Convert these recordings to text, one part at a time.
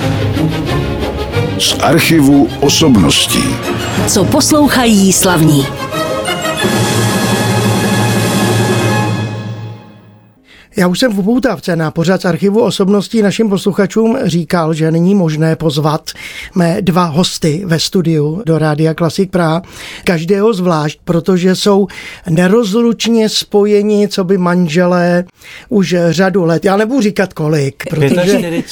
Z archivu osobností. Co poslouchají slavní. Já už jsem v upoutávce na pořad z archivu osobností našim posluchačům říkal, že není možné pozvat mé dva hosty ve studiu do Rádia Klasik Praha, každého zvlášť, protože jsou nerozlučně spojeni, co by manželé už řadu let. Já nebudu říkat kolik, protože...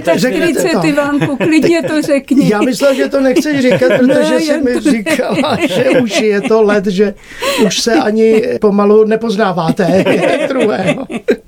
45, Ivánku, klidně to řekni. Já myslel, že to nechceš říkat, protože jsi mi říkala, že už je to let, že už se ani pomalu nepoznáváte druhého.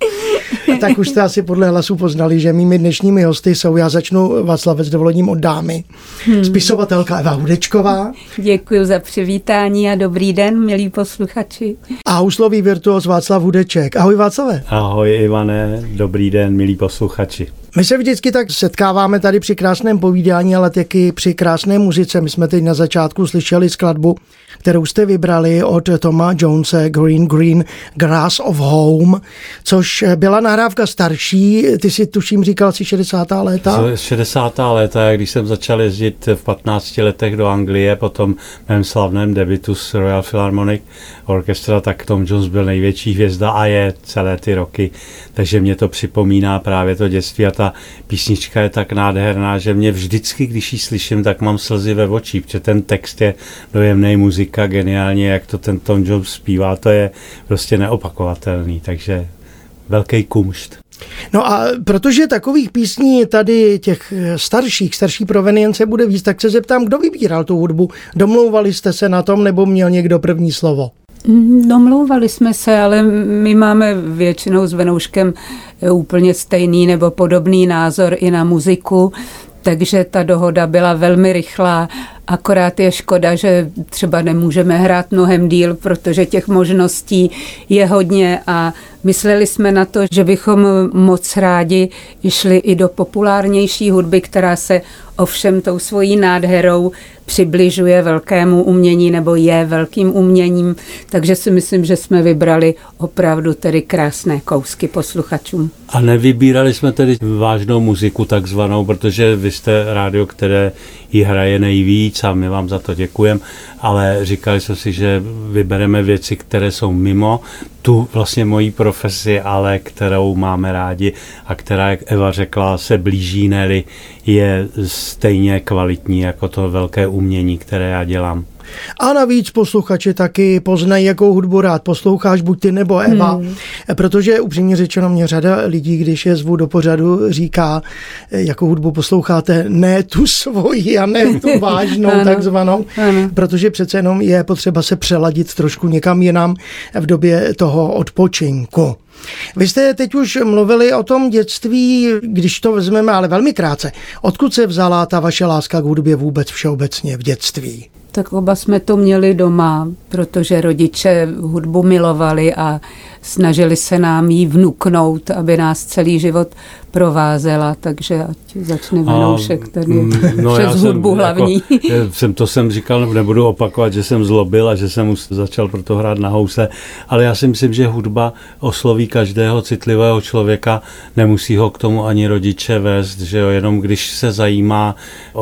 Tak už jste asi podle hlasů poznali, že mými dnešními hosty jsou, já začnu, Václav, s dovolením od dámy, spisovatelka Eva Hudečková. Děkuji za přivítání a dobrý den, milí posluchači. A houslový virtuos Václav Hudeček. Ahoj, Václave. Ahoj, Ivane, dobrý den, milí posluchači. My se vždycky tak setkáváme tady při krásném povídání, ale taky při krásné muzice. My jsme teď na začátku slyšeli skladbu, kterou jste vybrali od Toma Jonese, Green Grass of Home, což byla nahrávka starší. Ty si tuším říkal si 60. léta? 60. léta, když jsem začal jezdit v 15 letech do Anglie, potom mém slavném debutu s Royal Philharmonic Orchestra, tak Tom Jones byl největší hvězda a je celé ty roky. Takže mě to připomíná právě to dětství a ta písnička je tak nádherná, že mě vždycky, když ji slyším, tak mám slzy ve očích, protože ten text je dojemný, muzika geniálně, jak to ten Tom Jones zpívá, to je prostě neopakovatelný, takže velký kumšt. No a protože takových písní tady těch starší provenience bude víc, tak se zeptám, kdo vybíral tu hudbu? Domlouvali jste se na tom, nebo měl někdo první slovo? Domlouvali jsme se, ale my máme většinou s Venouškem úplně stejný nebo podobný názor i na muziku, takže ta dohoda byla velmi rychlá. Akorát je škoda, že třeba nemůžeme hrát mnohem díl, protože těch možností je hodně a mysleli jsme na to, že bychom moc rádi šli i do populárnější hudby, která se ovšem tou svojí nádherou přibližuje velkému umění nebo je velkým uměním, takže si myslím, že jsme vybrali opravdu tedy krásné kousky posluchačům. A nevybírali jsme tedy vážnou muziku takzvanou, protože vy jste rádio, které ji hraje nejvíc a my vám za to děkujeme, ale říkali jsme si, že vybereme věci, které jsou mimo tu vlastně mojí profesi, ale kterou máme rádi a která, jak Eva řekla, se blíží, ne-li je stejně kvalitní jako to velké umění, které já dělám. A navíc posluchači taky poznají, jakou hudbu rád posloucháš, buď ty nebo Eva, protože upřímně řečeno mě řada lidí, když je zvu do pořadu, říká, jakou hudbu posloucháte, ne tu svoji a ne tu vážnou takzvanou, protože přece jenom je potřeba se přeladit trošku někam jinam v době toho odpočinku. Vy jste teď už mluvili o tom dětství, když to vezmeme, ale velmi krátce. Odkud se vzala ta vaše láska k hudbě vůbec všeobecně v dětství? Tak oba jsme to měli doma, protože rodiče hudbu milovali a snažili se nám ji vnuknout, aby nás celý život provázela, takže ať začne Venoušek tady přes hudbu hlavní. To jsem říkal, nebudu opakovat, že jsem zlobil a že jsem začal proto hrát na housle, ale já si myslím, že hudba osloví každého citlivého člověka, nemusí ho k tomu ani rodiče vést, že jo, jenom když se zajímá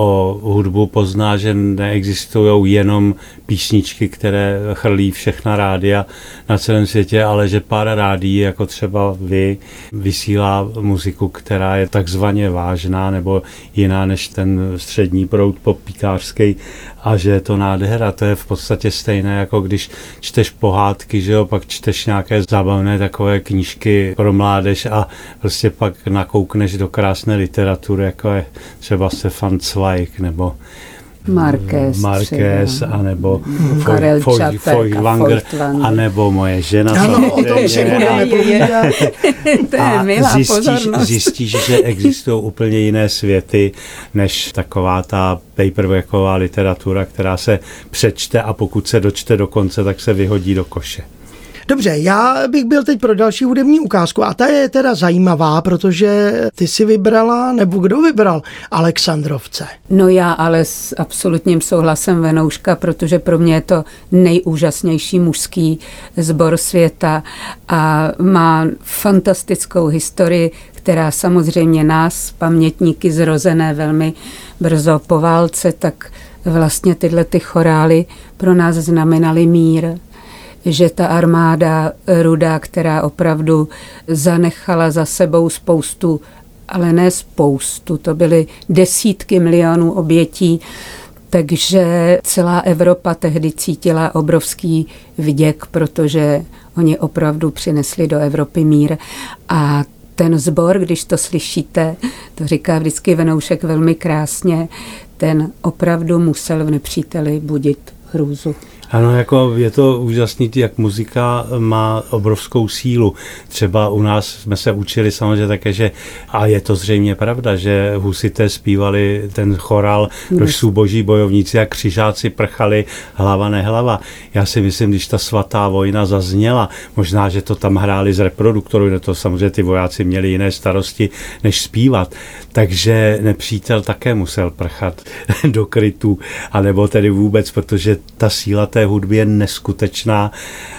o hudbu, pozná, že neexistují jenom písničky, které chrlí všechna rádia na celém světě, ale že pár rádií, jako třeba vy, vysílá muziku, která je takzvaně vážná nebo jiná než ten střední proud popíkářský a že je to nádhera. To je v podstatě stejné, jako když čteš pohádky, že jo, pak čteš nějaké zábavné takové knížky pro mládež a prostě pak nakoukneš do krásné literatury, jako je třeba Stefan Zweig nebo Marquez anebo Feuchtwanger, anebo moje žena. Ano, o tom si budeme povídat. A zjistíš, že existují úplně jiné světy, než taková ta paperbacková literatura, která se přečte a pokud se dočte do konce, tak se vyhodí do koše. Dobře, já bych byl teď pro další hudební ukázku a ta je teda zajímavá, protože ty si vybrala, nebo kdo vybral Alexandrovce? No já ale s absolutním souhlasem Venouška, protože pro mě je to nejúžasnější mužský sbor světa a má fantastickou historii, která samozřejmě nás, pamětníky zrozené velmi brzo po válce, tak vlastně tyhle ty chorály pro nás znamenaly mír. Že ta armáda Rudá, která opravdu zanechala za sebou spoustu, ale ne spoustu, to byly desítky milionů obětí, takže celá Evropa tehdy cítila obrovský vděk, protože oni opravdu přinesli do Evropy mír. A ten sbor, když to slyšíte, to říká vždycky Venoušek velmi krásně, ten opravdu musel v nepříteli budit hrůzu. Ano, jako je to úžasný, jak muzika má obrovskou sílu. Třeba u nás jsme se učili samozřejmě také, že, a je to zřejmě pravda, že husité zpívali ten chorál Kdož jsou boží bojovníci a křižáci prchali hlava nehlava. Já si myslím, když ta svatá vojna zazněla, možná, že to tam hráli z reproduktorů, no to samozřejmě ty vojáci měli jiné starosti, než zpívat. Takže nepřítel také musel prchat do krytu, anebo tedy vůbec, protože ta síla té hudby je neskutečná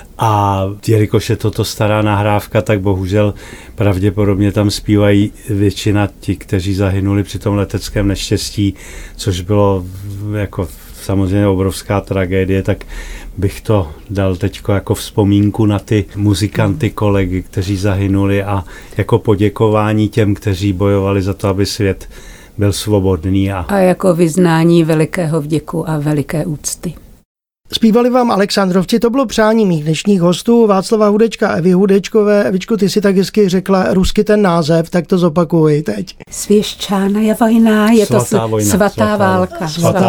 a jelikož je toto stará nahrávka, tak bohužel pravděpodobně tam zpívají většina ti, kteří zahynuli při tom leteckém neštěstí, což bylo jako samozřejmě obrovská tragédie, tak bych to dal teďko jako vzpomínku na ty muzikanty, kolegy, kteří zahynuli a jako poděkování těm, kteří bojovali za to, aby svět byl svobodný. A jako vyznání velikého vděku a veliké úcty. Zpívali vám Alexandrovci, to bylo přání mých dnešních hostů, Václava Hudečka a Evy Hudečkové. Evičko, ty si tak hezky řekla rusky ten název, tak to zopakuji teď. Svěščána vojna, je to svatá válka.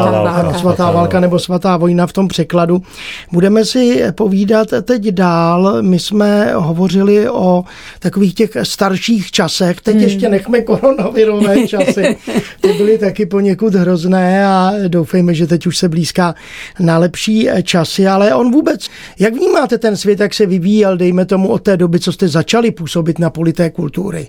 Svatá válka nebo svatá vojna v tom překladu. Budeme si povídat teď dál. My jsme hovořili o takových těch starších časech, teď ještě nechme koronavirové časy. Ty byly taky poněkud hrozné a doufejme, že teď už se blízká na lepší časy, ale on vůbec, jak vnímáte ten svět, jak se vyvíjel, dejme tomu od té doby, co jste začali působit na poli té kultury?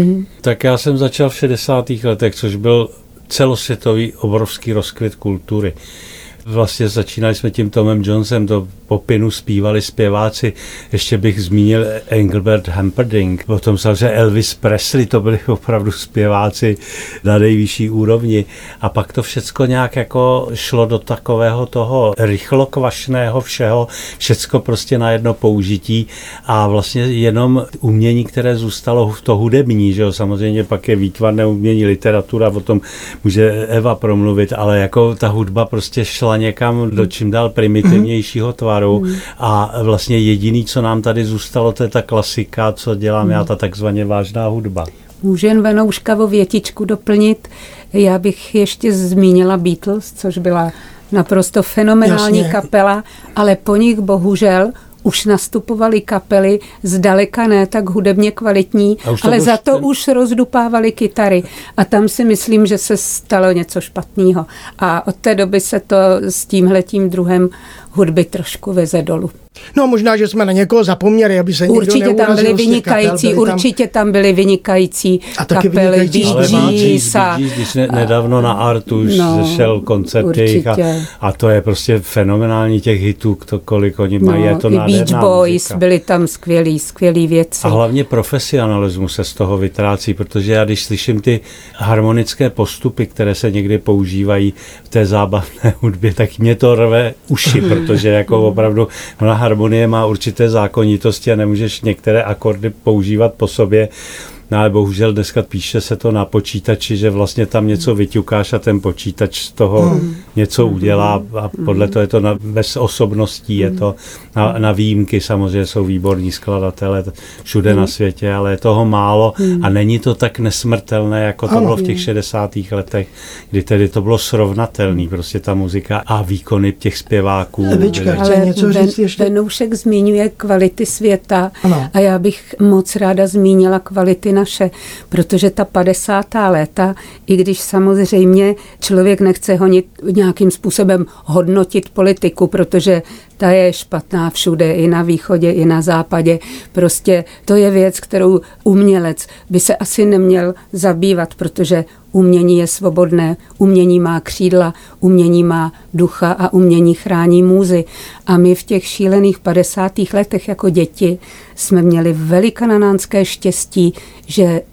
Tak já jsem začal v 60. letech, což byl celosvětový obrovský rozkvět kultury. Vlastně začínali jsme tím Tomem Jonesem, to po pinu zpívali zpěváci, ještě bych zmínil Engelbert Humperdinck, potom samozřejmě Elvis Presley, to byli opravdu zpěváci na nejvyšší úrovni a pak to všecko nějak jako šlo do takového toho rychlokvašného všeho, všecko prostě na jedno použití a vlastně jenom umění, které zůstalo v to hudební, že jo, samozřejmě pak je výtvarné umění, literatura, o tom může Eva promluvit, ale jako ta hudba prostě šla někam do čím dál primitivnějšího tvaru a vlastně jediný, co nám tady zůstalo, to je ta klasika, co dělám já, ta takzvaně vážná hudba. Můžu jen Venouškavo větičku doplnit. Já bych ještě zmínila Beatles, což byla naprosto fenomenální kapela, ale po nich bohužel už nastupovaly kapely, zdaleka ne tak hudebně kvalitní, ale za to už rozdupávaly kytary. A tam si myslím, že se stalo něco špatného. A od té doby se to s tímhletím druhem hudby trošku veze dolů. No možná, že jsme na někoho zapomněli, aby se někdo neurazil z těch kapel. Určitě tam byly vynikající kapely, Když nedávno na Artu už šel koncert jejich a to je prostě fenomenální těch hitů, kolik oni mají, je to nádherná Beach Boys, muzika. byly tam skvělý věci. A hlavně profesionalismus se z toho vytrácí, protože já když slyším ty harmonické postupy, které se někdy používají v té zábavné hudbě, tak mě to rve uši, protože jako opravdu ona harmonie má určité zákonitosti a nemůžeš některé akordy používat po sobě. No ale bohužel dneska píše se to na počítači, že vlastně tam něco vyťukáš a ten počítač z toho něco udělá a podle toho je to bez osobností, je to na výjimky, samozřejmě jsou výborní skladatelé všude na světě, ale je toho málo a není to tak nesmrtelné, jako to bylo v těch 60. letech, kdy tedy to bylo srovnatelný, prostě ta muzika a výkony těch zpěváků. Ale Venoušek zmiňuje kvality světa a já bych moc ráda zmínila kvality naše, protože ta 50. léta, i když samozřejmě člověk nechce nějakým způsobem hodnotit politiku, protože ta je špatná všude, i na východě, i na západě. Prostě to je věc, kterou umělec by se asi neměl zabývat, protože umění je svobodné, umění má křídla, umění má ducha a umění chrání můzy. A my v těch šílených 50. letech jako děti jsme měli velikanánské štěstí, že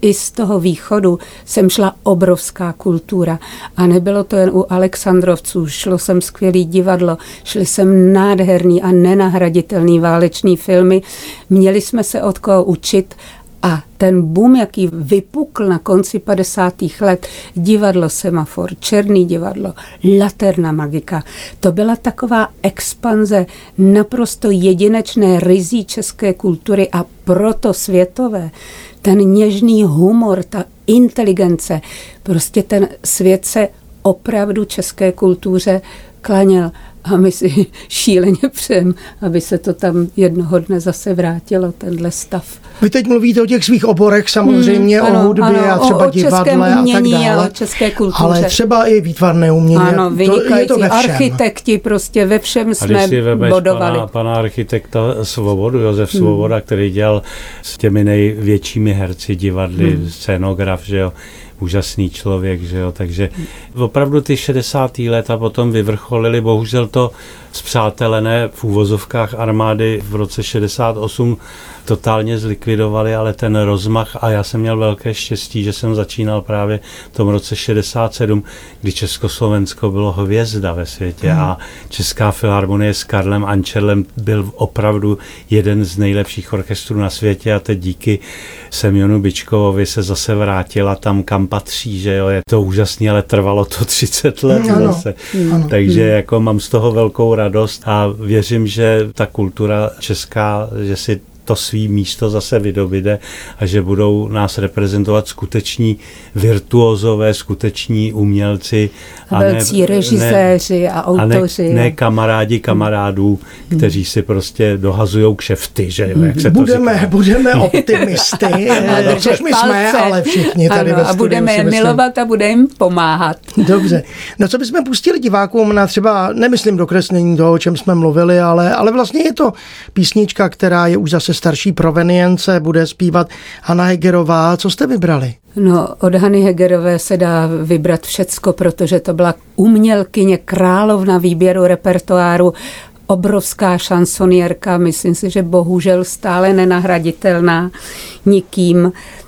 i z toho východu sem šla obrovská kultura. A nebylo to jen u Alexandrovců, šlo sem skvělý divadlo, šly sem nádherný a nenahraditelný váleční filmy. Měli jsme se od koho učit a ten boom, jaký vypukl na konci 50. let, divadlo Semafor, Černý divadlo, Laterna Magika, to byla taková expanze naprosto jedinečné rizí české kultury a proto světové. Ten něžný humor, ta inteligence, prostě ten svět se opravdu české kultuře klaněl. A my si šíleně přejeme, aby se to tam jednoho dne zase vrátilo, tenhle stav. Vy teď mluvíte o těch svých oborech samozřejmě, o hudbě a třeba divadle a tak dále. O české kultuře. Ale třeba i výtvarné umění. Ano, vynikající architekti, prostě ve všem jsme bodovali. Pana architekta Svobodu, Josef Svoboda, který dělal s těmi největšími herci divadly, scénograf, že jo, úžasný člověk, že jo, takže opravdu ty 60. let a potom vyvrcholili, bohužel to spřátelené v úvozovkách armády v roce 68 totálně zlikvidovali, ale ten rozmach, a já jsem měl velké štěstí, že jsem začínal právě v tom roce 67, kdy Československo bylo hvězda ve světě a Česká filharmonie s Karlem Ančerlem byl opravdu jeden z nejlepších orchestrů na světě a teď díky Semjonu Byčkovovi se zase vrátila tam, kam patří, že jo, je to úžasný, ale trvalo to 30 let zase. Takže jako mám z toho velkou radost a věřím, že ta kultura česká, že si to svý místo zase vydobíde a že budou nás reprezentovat skuteční virtuózové, skuteční umělci. Velcí režiséři a autoři. Ne kamarádi kamarádů, kteří si prostě dohazujou kšefty, že jo, jak se to říká. Budeme optimisty, což my jsme, ale všichni tady ve studiu. A budeme je milovat a budeme jim pomáhat. Dobře. No co bychom pustili divákům na třeba, nemyslím dokreslení toho, o čem jsme mluvili, ale vlastně je to písnička, která je už zase starší provenience, bude zpívat Hana Hegerová. Co jste vybrali? No, od Hany Hegerové se dá vybrat všecko, protože to byla umělkyně, královna výběru repertoáru, obrovská šansonierka, myslím si, že bohužel stále nenahraditelná nikým.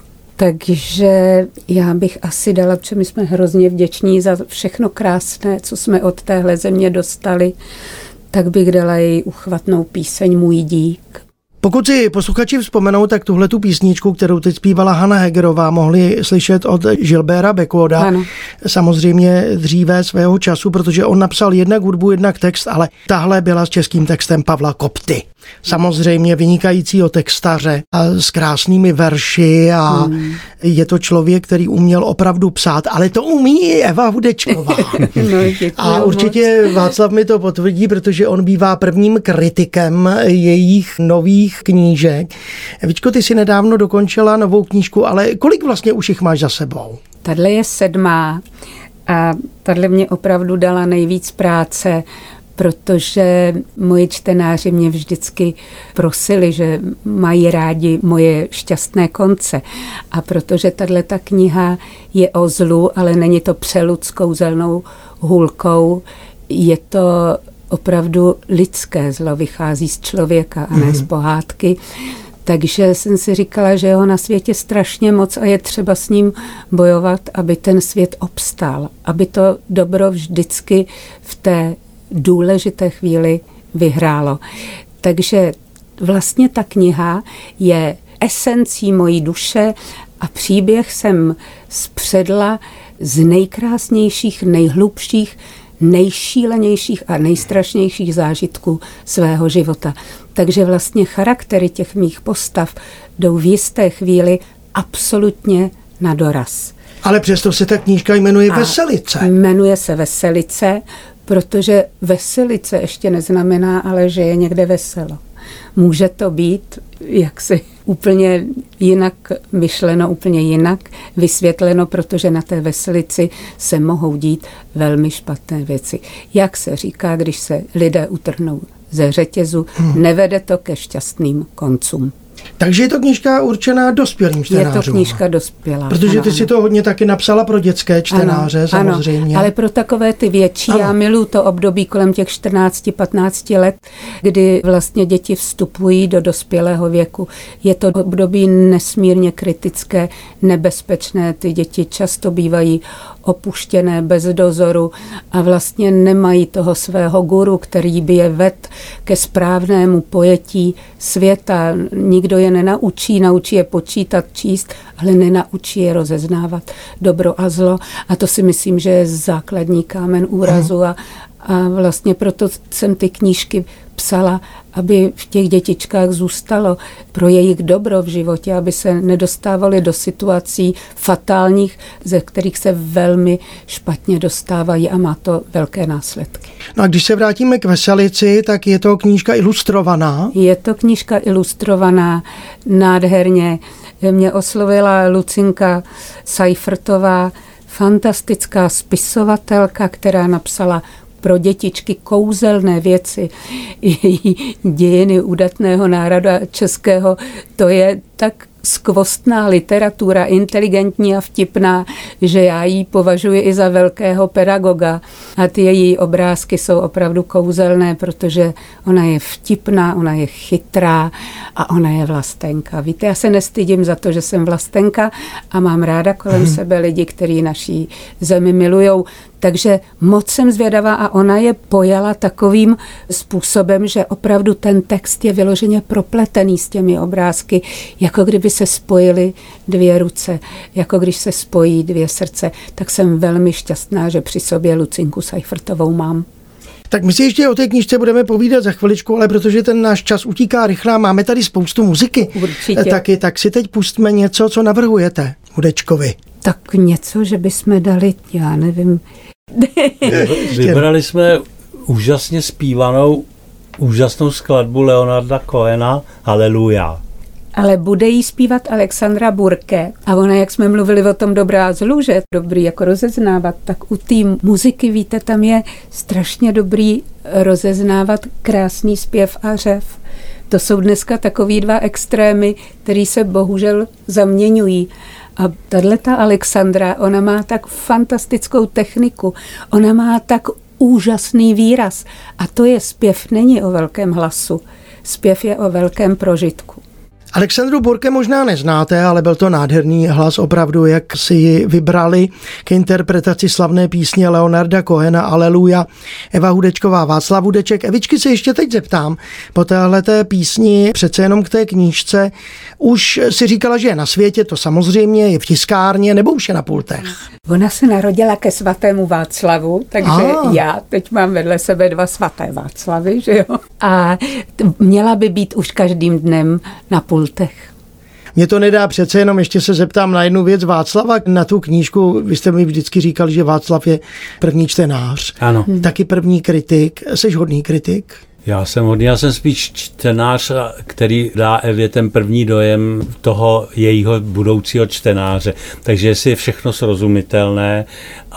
Takže já bych asi dala, protože my jsme hrozně vděční za všechno krásné, co jsme od téhle země dostali, tak bych dala její uchvatnou píseň Můj dík. Pokud si posluchači vzpomenou, tak tuhletu písničku, kterou teď zpívala Hana Hegerová, mohli slyšet od Gilberta Bécauda. Samozřejmě dříve svého času, protože on napsal jednak hudbu, jednak text, ale tahle byla s českým textem Pavla Kopty. Samozřejmě vynikajícího textaře a s krásnými verši a je to člověk, který uměl opravdu psát, ale to umí i Eva Hudečková. A určitě Václav mi to potvrdí, protože on bývá prvním kritikem jejich nových knížek. Evičko, ty si nedávno dokončila novou knížku, ale kolik vlastně už jich máš za sebou? Tadle je 7. a tadle mě opravdu dala nejvíc práce, protože moji čtenáři mě vždycky prosili, že mají rádi moje šťastné konce. A protože tato kniha je o zlu, ale není to přelud s kouzelnou hůlkou, je to opravdu lidské zlo, vychází z člověka a ne z pohádky. Takže jsem si říkala, že je ho na světě strašně moc a je třeba s ním bojovat, aby ten svět obstál, aby to dobro vždycky v té důležité chvíli vyhrálo. Takže vlastně ta kniha je esencí mojí duše a příběh jsem spředla z nejkrásnějších, nejhlubších, nejšílenějších a nejstrašnějších zážitků svého života. Takže vlastně charaktery těch mých postav jdou v jisté chvíli absolutně na doraz. Ale přesto se ta knížka jmenuje Veselice. Jmenuje se Veselice, protože veselice ještě neznamená, ale že je někde veselo. Může to být jaksi úplně jinak myšleno, úplně jinak vysvětleno, protože na té veselici se mohou dít velmi špatné věci. Jak se říká, když se lidé utrhnou ze řetězu, nevede to ke šťastným koncům. Takže je to knížka určená dospělým čtenářům. Je to knížka dospělá. Protože ty si to hodně taky napsala pro dětské čtenáře, ano, samozřejmě. Ano, ale pro takové ty větší, já miluji to období kolem těch 14-15 let, kdy vlastně děti vstupují do dospělého věku. Je to období nesmírně kritické, nebezpečné. Ty děti často bývají opuštěné, bez dozoru a vlastně nemají toho svého guru, který by je vedl ke správnému pojetí světa. Nikdo je nenaučí, naučí je počítat, číst, ale nenaučí je rozeznávat dobro a zlo. A to si myslím, že je základní kámen úrazu a vlastně proto jsem ty knížky psala, aby v těch dětičkách zůstalo pro jejich dobro v životě, aby se nedostávali do situací fatálních, ze kterých se velmi špatně dostávají a má to velké následky. No a když se vrátíme k Veselici, tak je to knížka ilustrovaná? Je to knížka ilustrovaná nádherně. Mě oslovila Lucinka Seifertová, fantastická spisovatelka, která napsala pro dětičky kouzelné věci. Dějiny údatného národa českého, to je tak skvostná literatura, inteligentní a vtipná, že já ji považuji i za velkého pedagoga. A ty její obrázky jsou opravdu kouzelné, protože ona je vtipná, ona je chytrá a ona je vlastenka. Víte, já se nestydím za to, že jsem vlastenka a mám ráda kolem sebe lidi, kteří naší zemi milujou. Takže moc jsem zvědavá a ona je pojala takovým způsobem, že opravdu ten text je vyloženě propletený s těmi obrázky, jako kdyby se spojily dvě ruce, jako když se spojí dvě srdce. Tak jsem velmi šťastná, že při sobě Lucinku Seifertovou mám. Tak my si ještě o té knížce budeme povídat za chviličku, ale protože ten náš čas utíká rychle, máme tady spoustu muziky. Určitě. Taky, tak si teď pustíme něco, co navrhujete Hudečkovi. Tak něco, že bychom dali, já nevím. Vybrali jsme úžasně zpívanou, úžasnou skladbu Leonarda Cohena Haleluja. Ale bude jí zpívat Alexandra Burke. A ona, jak jsme mluvili o tom dobrá a zlu, že dobrý jako rozeznávat, tak u té muziky, víte, tam je strašně dobrý rozeznávat krásný zpěv a řev. To jsou dneska takový dva extrémy, který se bohužel zaměňují. A tato Alexandra, ona má tak fantastickou techniku, ona má tak úžasný výraz. A to je zpěv, není o velkém hlasu. Zpěv je o velkém prožitku. Alexandru Burke možná neznáte, ale byl to nádherný hlas opravdu, jak si ji vybrali k interpretaci slavné písně Leonarda Cohena Aleluja. Eva Hudečková, Václav Hudeček. Evičky se ještě teď zeptám, po téhleté písni přece jenom k té knížce, už si říkala, že je na světě, to samozřejmě je v tiskárně, nebo už je na pultech? Ona se narodila ke svatému Václavu, takže já teď mám vedle sebe 2 svaté Václavy, že jo? A měla by být už každým dnem na pultech. Mě to nedá, přece jenom ještě se zeptám na jednu věc Václava, na tu knížku. Vy jste mi vždycky říkali, že Václav je první čtenář. Ano. Taky první kritik. Jseš hodný kritik? Já jsem spíš čtenář, který dá Evě ten první dojem toho jejího budoucího čtenáře. Takže jestli je všechno srozumitelné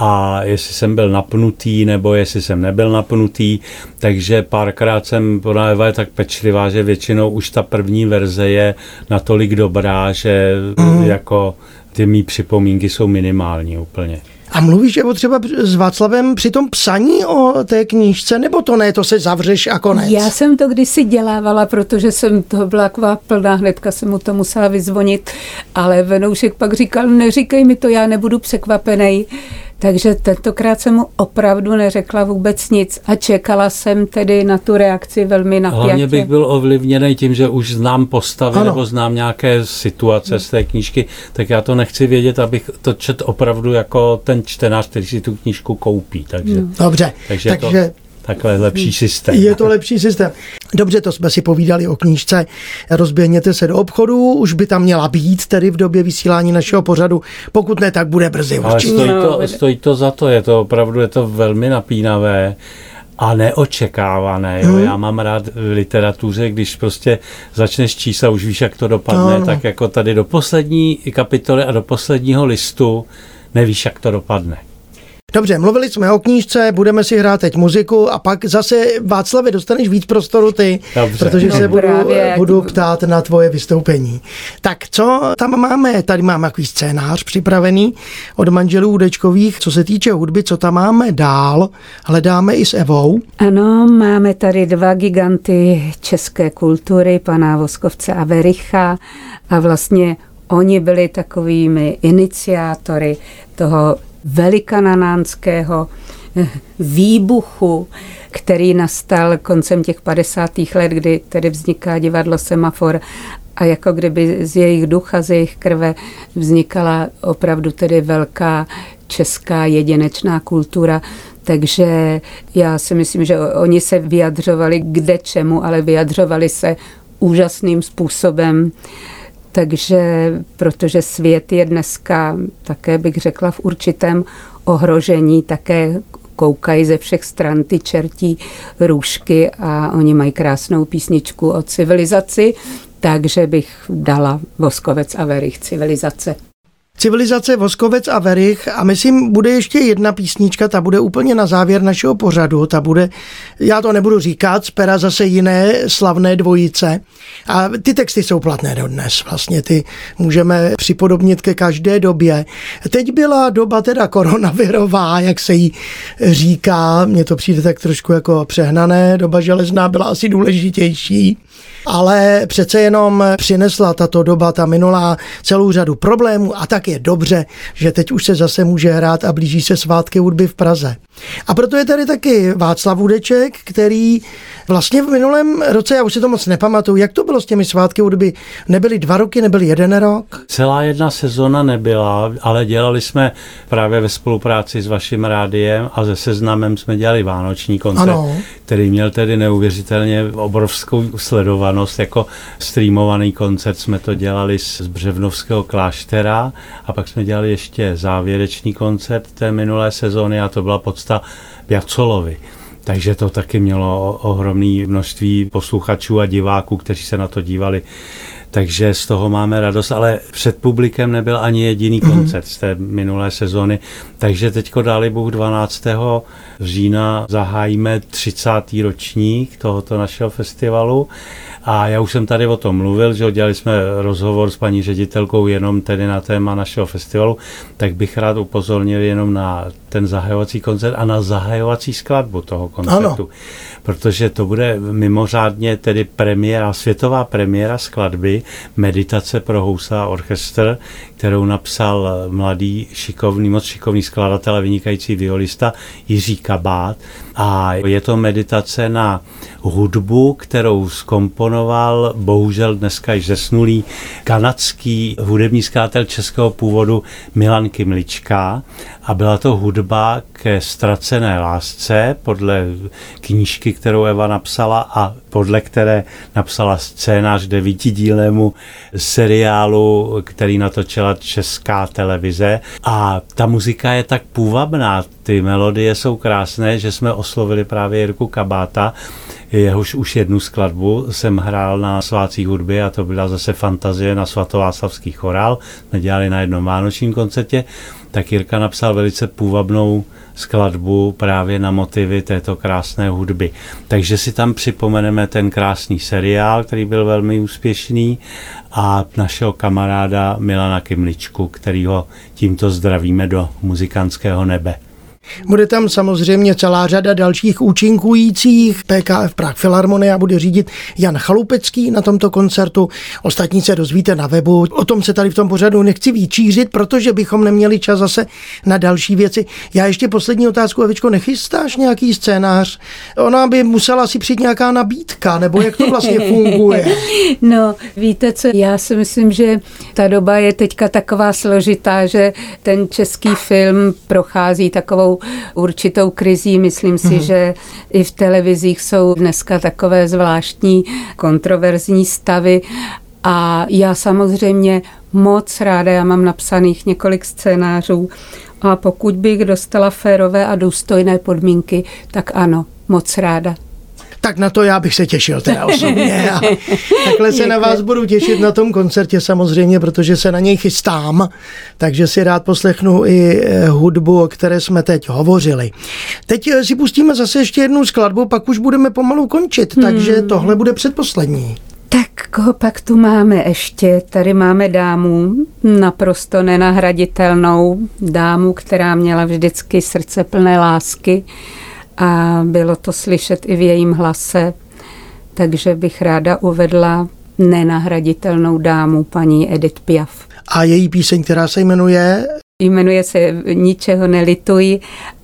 a jestli jsem byl napnutý nebo jestli jsem nebyl napnutý, takže párkrát ona Eva je tak pečlivá, že většinou už ta první verze je natolik dobrá, že jako ty mý připomínky jsou minimální úplně. A mluvíš, Evo, třeba s Václavem při tom psaní o té knížce, nebo to ne, to se zavřeš a konec? Já jsem to kdysi dělávala, protože jsem toho byla taková plná, hnedka jsem mu to musela vyzvonit, ale Venoušek pak říkal, neříkej mi to, já nebudu překvapenej. Takže tentokrát jsem mu opravdu neřekla vůbec nic a čekala jsem tedy na tu reakci velmi napjatě. Hlavně bych byl ovlivněný tím, že už znám postavy nebo znám nějaké situace z té knížky, tak já to nechci vědět, abych to četl opravdu jako ten čtenář, který si tu knížku koupí. Takže, dobře. Takže to takhle lepší systém. Je to lepší systém. Dobře, to jsme si povídali o knížce. Rozběhněte se do obchodu, už by tam měla být tedy v době vysílání našeho pořadu. Pokud ne, tak bude brzy. Ale stojí to za to, je to velmi napínavé a neočekávané. Jo? Já mám rád v literatuře, když prostě začneš číst a už víš, jak to dopadne, tak jako tady do poslední kapitoly a do posledního listu nevíš, jak to dopadne. Dobře, mluvili jsme o knížce, budeme si hrát teď muziku a pak zase, Václavě, dostaneš víc prostoru ty, Dobře. protože se budu ptát na tvoje vystoupení. Tak co tam máme? Tady máme takový scénář připravený od manželů Hudečkových. Co se týče hudby, co tam máme dál? Hledáme i s Evou. Ano, máme tady 2 giganty české kultury, pana Voskovce a Wericha, a vlastně oni byli takovými iniciátory toho velikananánského výbuchu, který nastal koncem těch 50. let, kdy tedy vzniká divadlo Semafor, a jako kdyby z jejich ducha, z jejich krve vznikala opravdu tedy velká česká jedinečná kultura. Takže já si myslím, že oni se vyjadřovali kde čemu, ale vyjadřovali se úžasným způsobem. Takže protože svět je dneska, také bych řekla, v určitém ohrožení, také koukají ze všech stran ty čertí růžky a oni mají krásnou písničku o civilizaci, takže bych dala Voskovec a Werich, Civilizace. Civilizace, Voskovec a Werich, a myslím, bude ještě jedna písnička, ta bude úplně na závěr našeho pořadu, ta bude, já to nebudu říkat, z pera zase jiné slavné dvojice, a ty texty jsou platné dodnes, vlastně ty můžeme připodobnit ke každé době. Teď byla doba teda koronavirová, jak se jí říká, mně to přijde tak trošku jako přehnané, doba železná byla asi důležitější, ale přece jenom přinesla tato doba, ta minulá, celou řadu problémů, a tak je dobře, že teď už se zase může hrát a blíží se svátky hudby v Praze. A proto je tady taky Václav Hudeček, který vlastně v minulém roce, já už si to moc nepamatuju, jak to bylo s těmi svátky hudby, nebyly 2 roky, nebyl 1 rok? Celá jedna sezona nebyla, ale dělali jsme právě ve spolupráci s vaším rádiem a se Seznamem jsme dělali vánoční koncert, ano, který měl tedy neuvěřitelně obrovskou sledovanost, jako streamovaný koncert jsme to dělali z Břevnovského kláštera a pak jsme dělali ještě závěrečný koncert té minulé sezóny a to byla podsta Piazzolovi. Takže to taky mělo ohromné množství posluchačů a diváků, kteří se na to dívali. Takže z toho máme radost, ale před publikem nebyl ani jediný koncert z té minulé sezóny. Takže teďko dáli Bůh 12. října zahájíme 30. ročník tohoto našeho festivalu. A já už jsem tady o tom mluvil, že dělali jsme rozhovor s paní ředitelkou jenom tedy na téma našeho festivalu, tak bych rád upozornil jenom na ten zahajovací koncert a na zahajovací skladbu toho koncertu. Ano. Protože to bude mimořádně tedy premiéra, světová premiéra skladby Meditace pro housle a orchestr, kterou napsal mladý, šikovný, moc šikovný skladatel a vynikající violista Jiří Kabát. A je to meditace na hudbu, kterou zkomponoval bohužel dneska již zesnulý kanadský hudební skladatel českého původu Milan Kymlička. A byla to hudba ke ztracené lásce podle knížky, kterou Eva napsala a podle které napsala scénář 9dílnému seriálu, který natočila Česká televize. A ta muzika je tak půvabná, ty melodie jsou krásné, že jsme oslovili právě Jirku Kabáta, jehož už jednu skladbu jsem hrál na svátcích hudby a to byla zase Fantazie na svatováclavský chorál. Jsme dělali na jednom vánočním koncertě, tak Jirka napsal velice půvabnou skladbu právě na motivy této krásné hudby. Takže si tam připomeneme ten krásný seriál, který byl velmi úspěšný, a našeho kamaráda Milana Kymličku, kterýho tímto zdravíme do muzikantského nebe. Bude tam samozřejmě celá řada dalších účinkujících. PKF Prague Filharmonia bude řídit Jan Chalupecký na tomto koncertu. Ostatní se dozvíte na webu. O tom se tady v tom pořadu nechci vyčířit, protože bychom neměli čas zase na další věci. Já ještě poslední otázku, Evičko, nechystáš nějaký scénář? Ona by musela si přijít nějaká nabídka, nebo jak to vlastně funguje? No, víte co, já si myslím, že ta doba je teďka taková složitá, že ten český film prochází takovou určitou krizí. Myslím si, že i v televizích jsou dneska takové zvláštní kontroverzní stavy a já samozřejmě moc ráda, já mám napsaných několik scénářů a pokud bych dostala férové a důstojné podmínky, tak ano, moc ráda. Tak na to já bych se těšil teda osobně. A takhle se na vás budu těšit na tom koncertě samozřejmě, protože se na něj chystám, takže si rád poslechnu i hudbu, o které jsme teď hovořili. Teď si pustíme zase ještě jednu skladbu, pak už budeme pomalu končit, takže tohle bude předposlední. Tak koho pak tu máme ještě? Tady máme dámu, naprosto nenahraditelnou dámu, která měla vždycky srdce plné lásky a bylo to slyšet i v jejím hlase, takže bych ráda uvedla nenahraditelnou dámu, paní Edith Piaf. A její píseň, která se jmenuje? Jmenuje se Ničeho nelituj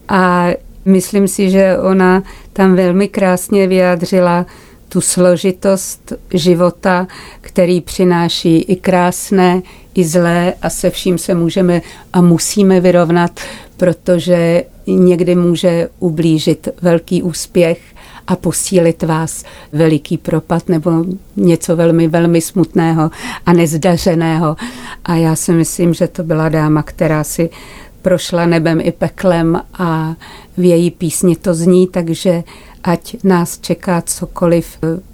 a myslím si, že ona tam velmi krásně vyjádřila tu složitost života, který přináší i krásné, i zlé a se vším se můžeme a musíme vyrovnat, protože někdy může ublížit velký úspěch a posílit vás veliký propad nebo něco velmi, velmi smutného a nezdařeného. A já si myslím, že to byla dáma, která si prošla nebem i peklem a v její písni to zní, takže ať nás čeká cokoliv,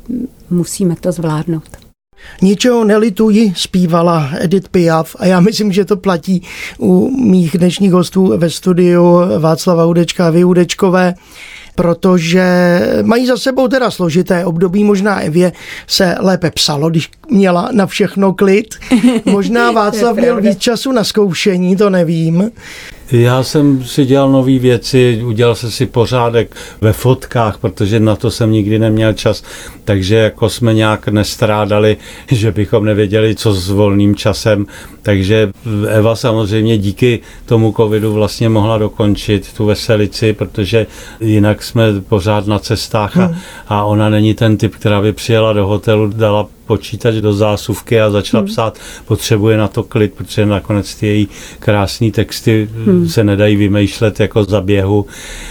musíme to zvládnout. Ničeho nelituji, zpívala Edith Piaf a já myslím, že to platí u mých dnešních hostů ve studiu Václava Hudečka a Vy Hudečkové, protože mají za sebou teda složité období, možná Evě se lépe psalo, když měla na všechno klid. Možná Václav měl víc času na zkoušení, to nevím. Já jsem si dělal nové věci, udělal jsem si pořádek ve fotkách, protože na to jsem nikdy neměl čas, takže jako jsme nějak nestrádali, že bychom nevěděli, co s volným časem, takže Eva samozřejmě díky tomu covidu vlastně mohla dokončit tu veselici, protože jinak jsme pořád na cestách a ona není ten typ, která by přijela do hotelu, dala počítač do zásuvky a začala psát, potřebuje na to klid, protože nakonec ty její krásný texty se nedají vymýšlet jako za běhu.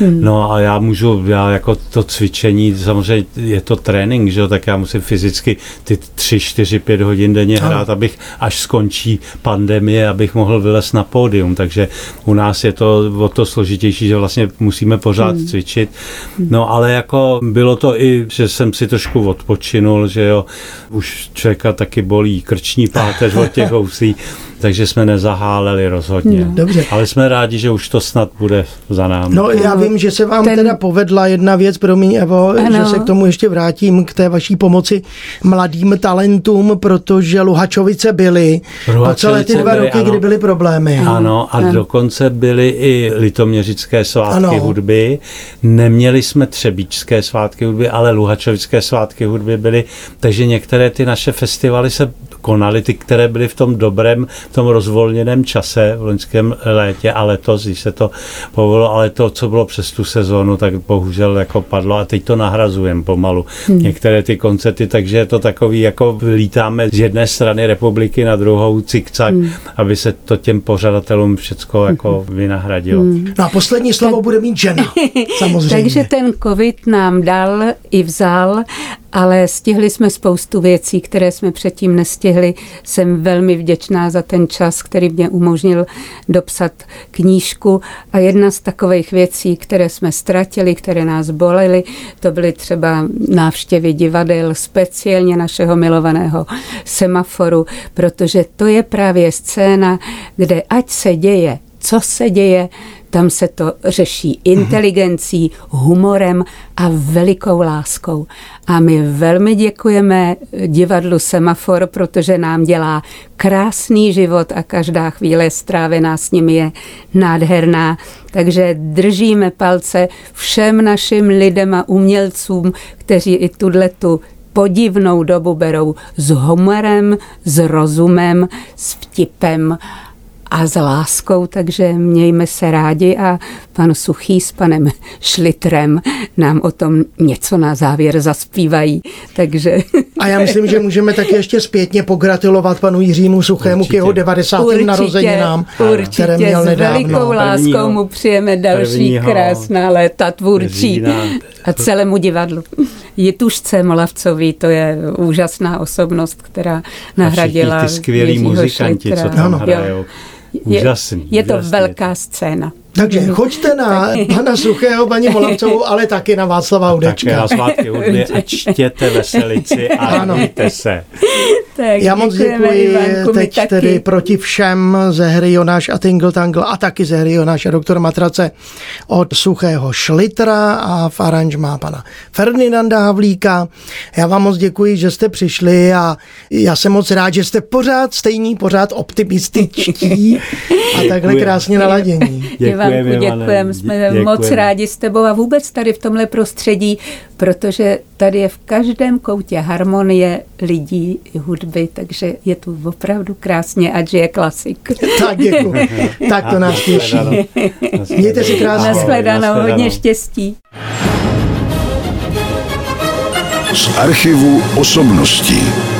No a já jako to cvičení, samozřejmě je to trénink, že jo, tak já musím fyzicky ty 3, 4, 5 hodin denně hrát, abych až skončí pandemie, abych mohl vylézt na pódium, takže u nás je to o to složitější, že vlastně musíme pořád cvičit. No ale jako bylo to i, že jsem si trošku odpočinul, že jo, už člověka taky bolí krční páteř od těch housí, takže jsme nezaháleli rozhodně. Dobře. Ale jsme rádi, že už to snad bude za námi. No já vím, že se vám teda povedla jedna věc, promiň Evo, že se k tomu ještě vrátím, k té vaší pomoci mladým talentům, protože Luhačovice byly po celé ty 2 roky, kdy byly problémy. Ano, a dokonce byly i litoměřické svátky hudby. Neměli jsme třebíčské svátky hudby, ale luhačovické svátky hudby byly, takže některé ty naše festivaly se konaly, ty, které byly v tom dobrém, v tom rozvolněném čase v loňském létě a letos, když se to povolilo, ale to, co bylo přes tu sezónu, tak bohužel jako padlo a teď to nahrazujeme pomalu. Některé ty koncerty, takže je to takový, jako lítáme z jedné strany republiky na druhou cikcak, aby se to těm pořadatelům všecko jako vynahradilo. No a poslední slovo bude mít žena, samozřejmě. Takže ten covid nám dal i vzal, ale stihli jsme spoustu věcí, které jsme předtím nestihli. Jsem velmi vděčná za ten čas, který mě umožnil dopsat knížku a jedna z takových věcí, které jsme ztratili, které nás bolely, to byly třeba návštěvy divadel, speciálně našeho milovaného Semaforu, protože to je právě scéna, kde ať se děje, co se děje, tam se to řeší inteligencí, humorem a velikou láskou. A my velmi děkujeme divadlu Semafor, protože nám dělá krásný život a každá chvíle strávená s ním je nádherná. Takže držíme palce všem našim lidem a umělcům, kteří i tu podivnou dobu berou s humorem, s rozumem, s vtipem a s láskou, takže mějme se rádi a pan Suchý s panem Šlitrem nám o tom něco na závěr zaspívají. Takže... A já myslím, že můžeme taky ještě zpětně pogratulovat panu Jiřímu Suchému k jeho 90. narozeninám, které měl nedávno. S velikou láskou mu přijeme další krásná léta tvůrčí a celému divadlu. Jitušce Molavcový, to je úžasná osobnost, která nahradila ty skvělí muzikanti, co tam hrajou. Je to velká scéna. Takže choďte na pana Suchého, paní Molavcovou, ale taky na Václava Hudečka. Také na svátky hudby a čtěte Veselici a radujte se. Tak, já moc děkuji teď tedy Proti všem ze hry Jonáš a Tingle Tangle a taky ze hry Jonáš a doktor Matrace od Suchého Šlitra a v aranžmá pana Ferdinanda Havlíka. Já vám moc děkuji, že jste přišli a já jsem moc rád, že jste pořád stejní, pořád optimističtí a takhle krásně naladění. Děkujeme, jsme moc rádi s tebou a vůbec tady v tomhle prostředí, protože tady je v každém koutě harmonie lidí i hudby, takže je tu opravdu krásně, ať je klasik. Tak děkuji. Tak to nás těší. Mějte si krásně. Nashledanou, hodně štěstí. Z archivu osobností.